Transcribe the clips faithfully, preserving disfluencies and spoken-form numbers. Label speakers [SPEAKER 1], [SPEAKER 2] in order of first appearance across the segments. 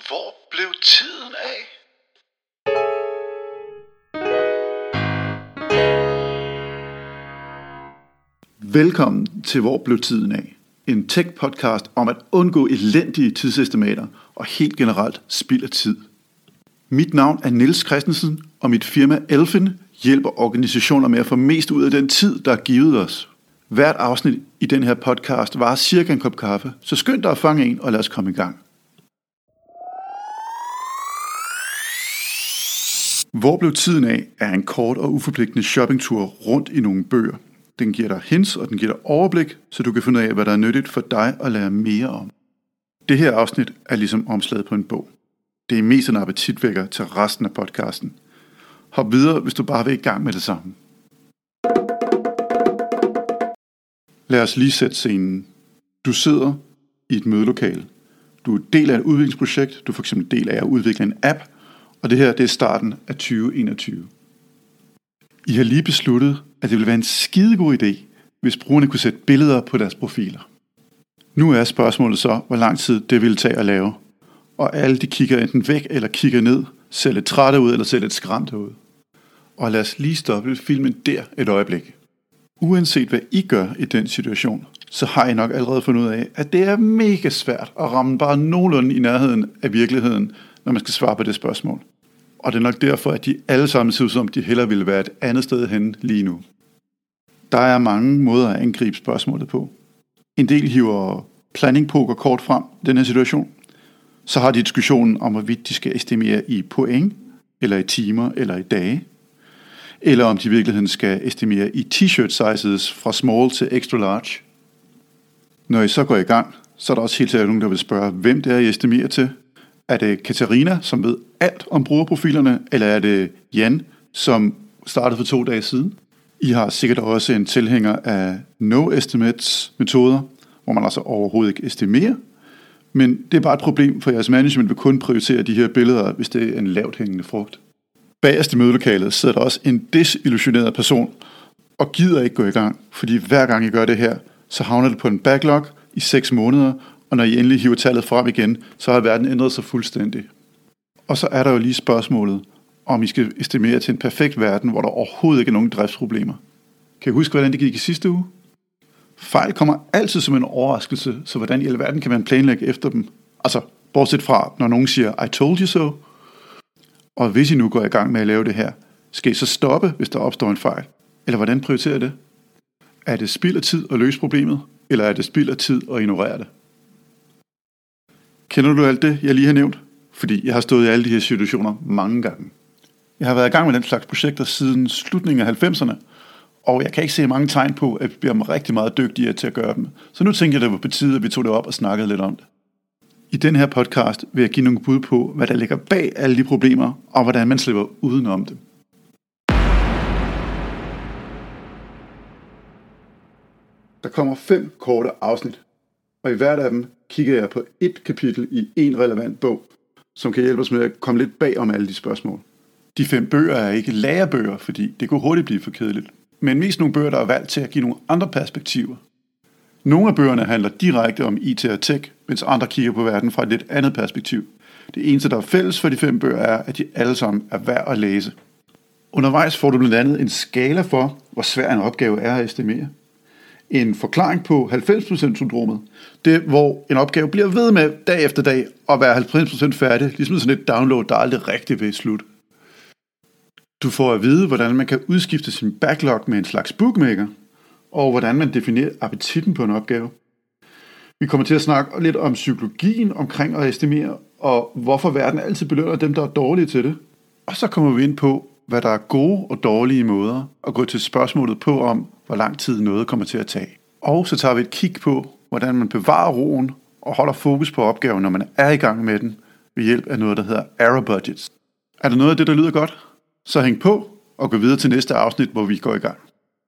[SPEAKER 1] Hvor blev tiden af? Velkommen til Hvor blev tiden af? En tech-podcast om at undgå elendige tidsestimater og helt generelt spild af tid. Mit navn er Niels Christensen, og mit firma Elfin hjælper organisationer med at få mest ud af den tid, der er givet os. Hvert afsnit i den her podcast varer cirka en kop kaffe, så skynd dig at fange en, og lad os komme i gang. Hvor blev tiden af er en kort og uforpligtende shoppingtur rundt i nogle bøger. Den giver dig hints, og den giver dig overblik, så du kan finde ud af, hvad der er nyttigt for dig at lære mere om. Det her afsnit er ligesom omslaget på en bog. Det er mest en appetitvækker til resten af podcasten. Hop videre, hvis du bare vil i gang med det samme. Lad os lige sætte scenen. Du sidder i et mødelokale. Du er del af et udviklingsprojekt. Du er for eksempel del af at udvikle en app. Og det her, det er starten af tyve enogtyve. I har lige besluttet, at det ville være en skidegod idé, hvis brugerne kunne sætte billeder på deres profiler. Nu er spørgsmålet så, hvor lang tid det ville tage at lave. Og alle de kigger enten væk eller kigger ned, ser lidt trætte ud eller ser lidt skræmte ud. Og lad os lige stoppe filmen der et øjeblik. Uanset hvad I gør i den situation, så har I nok allerede fundet ud af, at det er mega svært at ramme bare nogenlunde i nærheden af virkeligheden, når man skal svare på det spørgsmål. Og det er nok derfor, at de alle sammen ser ud som, de hellere ville være et andet sted hen lige nu. Der er mange måder at angribe spørgsmålet på. En del hiver planning poker kort frem i den her situation. Så har de diskussionen om, hvorvidt de skal estimere i point, eller i timer, eller i dage. Eller om de i virkeligheden skal estimere i t-shirt sizes fra small til extra large. Når I så går i gang, så er der også helt sikkert nogen, der vil spørge, hvem det er, I estimerer til. Er det Katarina, som ved alt om brugerprofilerne, eller er det Jan, som startede for to dage siden? I har sikkert også en tilhænger af no-estimates-metoder, hvor man altså overhovedet ikke estimerer. Men det er bare et problem, for jeres management vil kun prioritere de her billeder, hvis det er en lavt hængende frugt. Bagerst i mødelokalet sidder der også en desillusioneret person, og gider ikke gå i gang, fordi hver gang I gør det her, så havner det på en backlog i seks måneder, og når I endelig hiver tallet frem igen, så har verden ændret sig fuldstændig. Og så er der jo lige spørgsmålet, om I skal estimere til en perfekt verden, hvor der overhovedet ikke er nogen driftsproblemer. Kan I huske, hvordan det gik i sidste uge? Fejl kommer altid som en overraskelse, så hvordan i alverden kan man planlægge efter dem? Altså, bortset fra, når nogen siger, I told you so. Og hvis I nu går i gang med at lave det her, skal I så stoppe, hvis der opstår en fejl? Eller hvordan prioriterer I det? Er det spild af tid at løse problemet, eller er det spild af tid at ignorere det? Kender du alt det, jeg lige har nævnt? Fordi jeg har stået i alle de her situationer mange gange. Jeg har været i gang med den slags projekter siden slutningen af halvfemserne, og jeg kan ikke se mange tegn på, at vi bliver rigtig meget dygtigere til at gøre dem. Så nu tænker jeg, at det var på tide, at vi tog det op og snakkede lidt om det. I den her podcast vil jeg give nogle bud på, hvad der ligger bag alle de problemer, og hvordan man slipper udenom dem. Der kommer fem korte afsnit, og i hvert af dem kigger jeg på et kapitel i en relevant bog, som kan hjælpe os med at komme lidt bag om alle de spørgsmål. De fem bøger er ikke lærebøger, fordi det kunne hurtigt blive for kedeligt, men mest nogle bøger, der er valgt til at give nogle andre perspektiver. Nogle af bøgerne handler direkte om I T og tech, mens andre kigger på verden fra et lidt andet perspektiv. Det eneste, der er fælles for de fem bøger, er, at de alle sammen er værd at læse. Undervejs får du blandt andet en skala for, hvor svær en opgave er at estimere. En forklaring på halvfems procent-syndromet. Det hvor en opgave bliver ved med dag efter dag at være halvfems procent færdig, ligesom sådan et download, der aldrig rigtig vil slutte. Du får at vide, hvordan man kan udskifte sin backlog med en slags bookmaker, og hvordan man definerer appetitten på en opgave. Vi kommer til at snakke lidt om psykologien omkring at estimere, og hvorfor verden altid belønner dem, der er dårlige til det. Og så kommer vi ind på, hvad der er gode og dårlige måder at gå til spørgsmålet på om, hvor lang tid noget kommer til at tage. Og så tager vi et kig på, hvordan man bevarer roen og holder fokus på opgaven, når man er i gang med den, ved hjælp af noget, der hedder error budgets. Er der noget af det, der lyder godt? Så hæng på og gå videre til næste afsnit, hvor vi går i gang.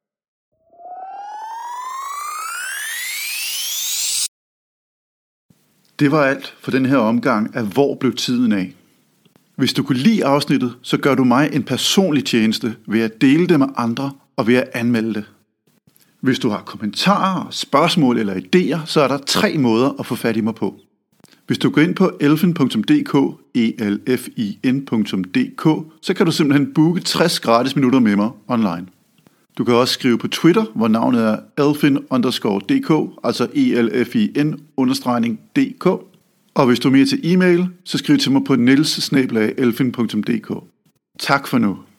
[SPEAKER 1] Det var alt for den her omgang af Hvor blev tiden af? Hvis du kunne lide afsnittet, så gør du mig en personlig tjeneste ved at dele det med andre og ved at anmelde det. Hvis du har kommentarer, spørgsmål eller idéer, så er der tre måder at få fat i mig på. Hvis du går ind på elfin punktum d k, e l f i n punktum d k, så kan du simpelthen booke tres gratis minutter med mig online. Du kan også skrive på Twitter, hvor navnet er elfin underscore dk, altså E L F I N understregning dk. Og hvis du er mere til e-mail, så skriv til mig på niels snabel-a elfin punktum d k. Tak for nu.